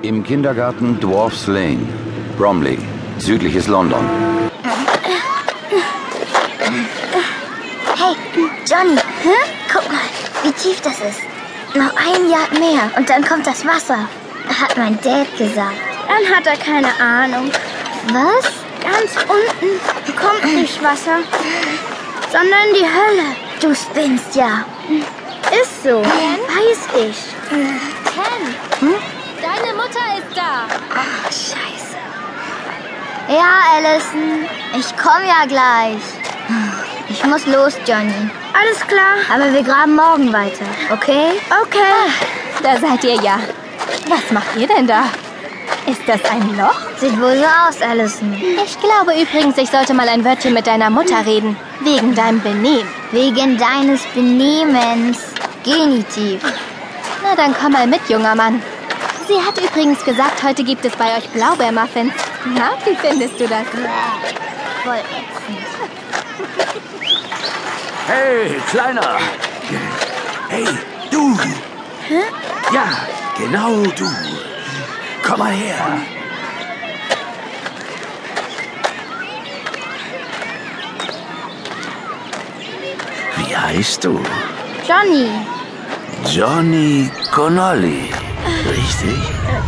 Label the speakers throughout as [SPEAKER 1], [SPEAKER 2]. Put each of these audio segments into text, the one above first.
[SPEAKER 1] Im Kindergarten Dwarfs Lane, Bromley, südliches London.
[SPEAKER 2] Hey, Johnny, guck mal, wie tief das ist. Noch ein Jahr mehr und dann kommt das Wasser, hat mein Dad gesagt.
[SPEAKER 3] Dann hat er keine Ahnung.
[SPEAKER 2] Was?
[SPEAKER 3] Ganz unten kommt nicht Wasser, sondern die Hölle.
[SPEAKER 2] Du spinnst ja.
[SPEAKER 3] Ist so, weiß ich.
[SPEAKER 4] Ken, deine Mutter ist da.
[SPEAKER 2] Ach, scheiße. Ja, Allison, ich komme ja gleich. Ich muss los, Johnny.
[SPEAKER 3] Alles klar.
[SPEAKER 2] Aber wir graben morgen weiter, okay?
[SPEAKER 3] Okay.
[SPEAKER 4] Da seid ihr ja. Was macht ihr denn da? Ist das ein Loch?
[SPEAKER 2] Sieht wohl so aus, Allison.
[SPEAKER 4] Ich glaube übrigens, ich sollte mal ein Wörtchen mit deiner Mutter reden. Wegen deinem Benehmen.
[SPEAKER 2] Wegen deines Benehmens. Genitiv.
[SPEAKER 4] Na, dann komm mal mit, junger Mann. Sie hat übrigens gesagt, heute gibt es bei euch Blaubeermuffins. Na, wie findest du das?
[SPEAKER 2] Voll ätzend.
[SPEAKER 5] Hey, Kleiner! Hey, du!
[SPEAKER 3] Hä?
[SPEAKER 5] Ja, genau du! Komm mal her! Wie heißt du?
[SPEAKER 3] Johnny.
[SPEAKER 5] Johnny Connolly, richtig?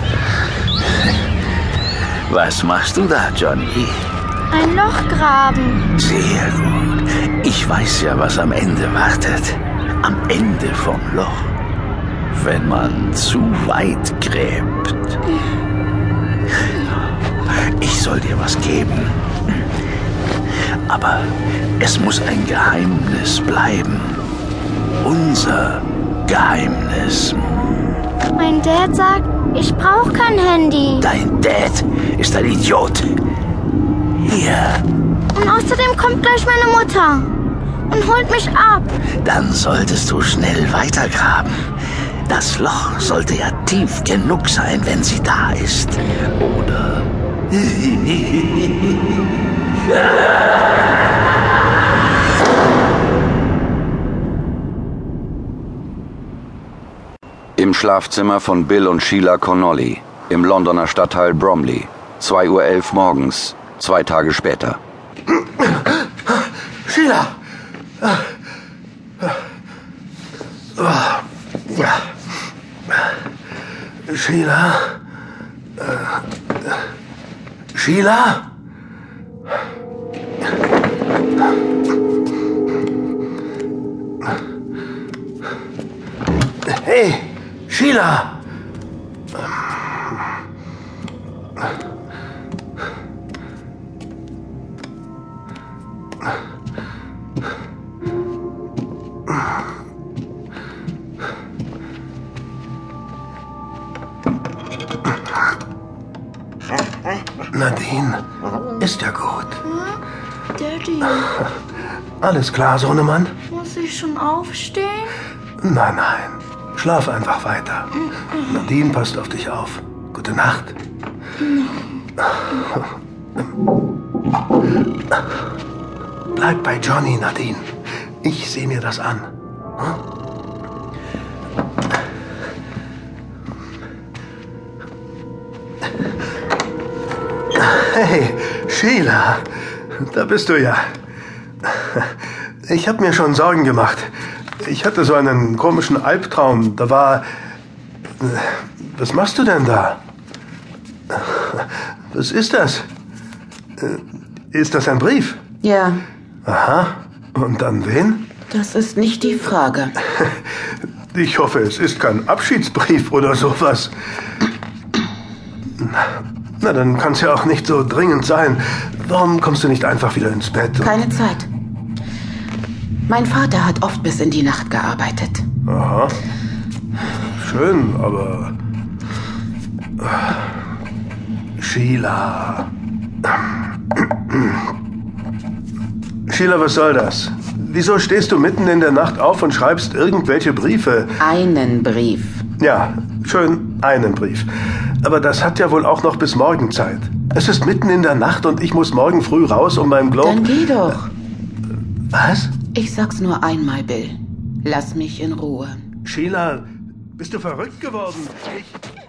[SPEAKER 5] Was machst du da, Johnny?
[SPEAKER 3] Ein Loch graben.
[SPEAKER 5] Sehr gut. Ich weiß ja, was am Ende wartet. Am Ende vom Loch. Wenn man zu weit gräbt. Ich soll dir was geben. Aber es muss ein Geheimnis bleiben. Unser Geheimnis.
[SPEAKER 3] Mein Dad sagt, ich brauche kein Handy.
[SPEAKER 5] Dein Dad ist ein Idiot. Hier.
[SPEAKER 3] Und außerdem kommt gleich meine Mutter und holt mich ab.
[SPEAKER 5] Dann solltest du schnell weitergraben. Das Loch sollte ja tief genug sein, wenn sie da ist. Oder?
[SPEAKER 1] Im Schlafzimmer von Bill und Sheila Connolly, im Londoner Stadtteil Bromley, 2:11 Uhr morgens, 2 Tage später.
[SPEAKER 6] Sheila! Sheila? Sheila? Hey, Sheila! Nadine, ist ja gut.
[SPEAKER 3] Daddy,
[SPEAKER 6] Alles klar, Sohnemann?
[SPEAKER 3] muss ich schon aufstehen?
[SPEAKER 6] Nein, nein. Schlaf einfach weiter. Nadine passt auf dich auf. Gute Nacht. Bleib bei Johnny, Nadine. Ich sehe mir das an. Hey, Sheila. Da bist du ja. Ich habe mir schon Sorgen gemacht. Ich hatte so einen komischen Albtraum. Da war... Was machst du denn da? Was ist das? Ist das ein Brief?
[SPEAKER 7] Ja,
[SPEAKER 6] Aha. Und an wen?
[SPEAKER 7] das ist nicht die Frage.
[SPEAKER 6] Ich hoffe, es ist kein Abschiedsbrief oder sowas. Na, dann kann es ja auch nicht so dringend sein. Warum kommst du nicht einfach wieder ins Bett?
[SPEAKER 7] Keine Zeit. Mein Vater hat oft bis in die Nacht gearbeitet.
[SPEAKER 6] Aha. Schön, aber... Sheila. Sheila, was soll das? Wieso stehst du mitten in der Nacht auf und schreibst irgendwelche Briefe?
[SPEAKER 7] Einen Brief.
[SPEAKER 6] Ja, schön, einen Brief. Aber das hat ja wohl auch noch bis morgen Zeit. Es ist mitten in der Nacht und ich muss morgen früh raus, um beim Globe...
[SPEAKER 7] Dann geh doch.
[SPEAKER 6] Was?
[SPEAKER 7] Ich sag's nur einmal, Bill. Lass mich in Ruhe.
[SPEAKER 6] Sheila, bist du verrückt geworden? Ich...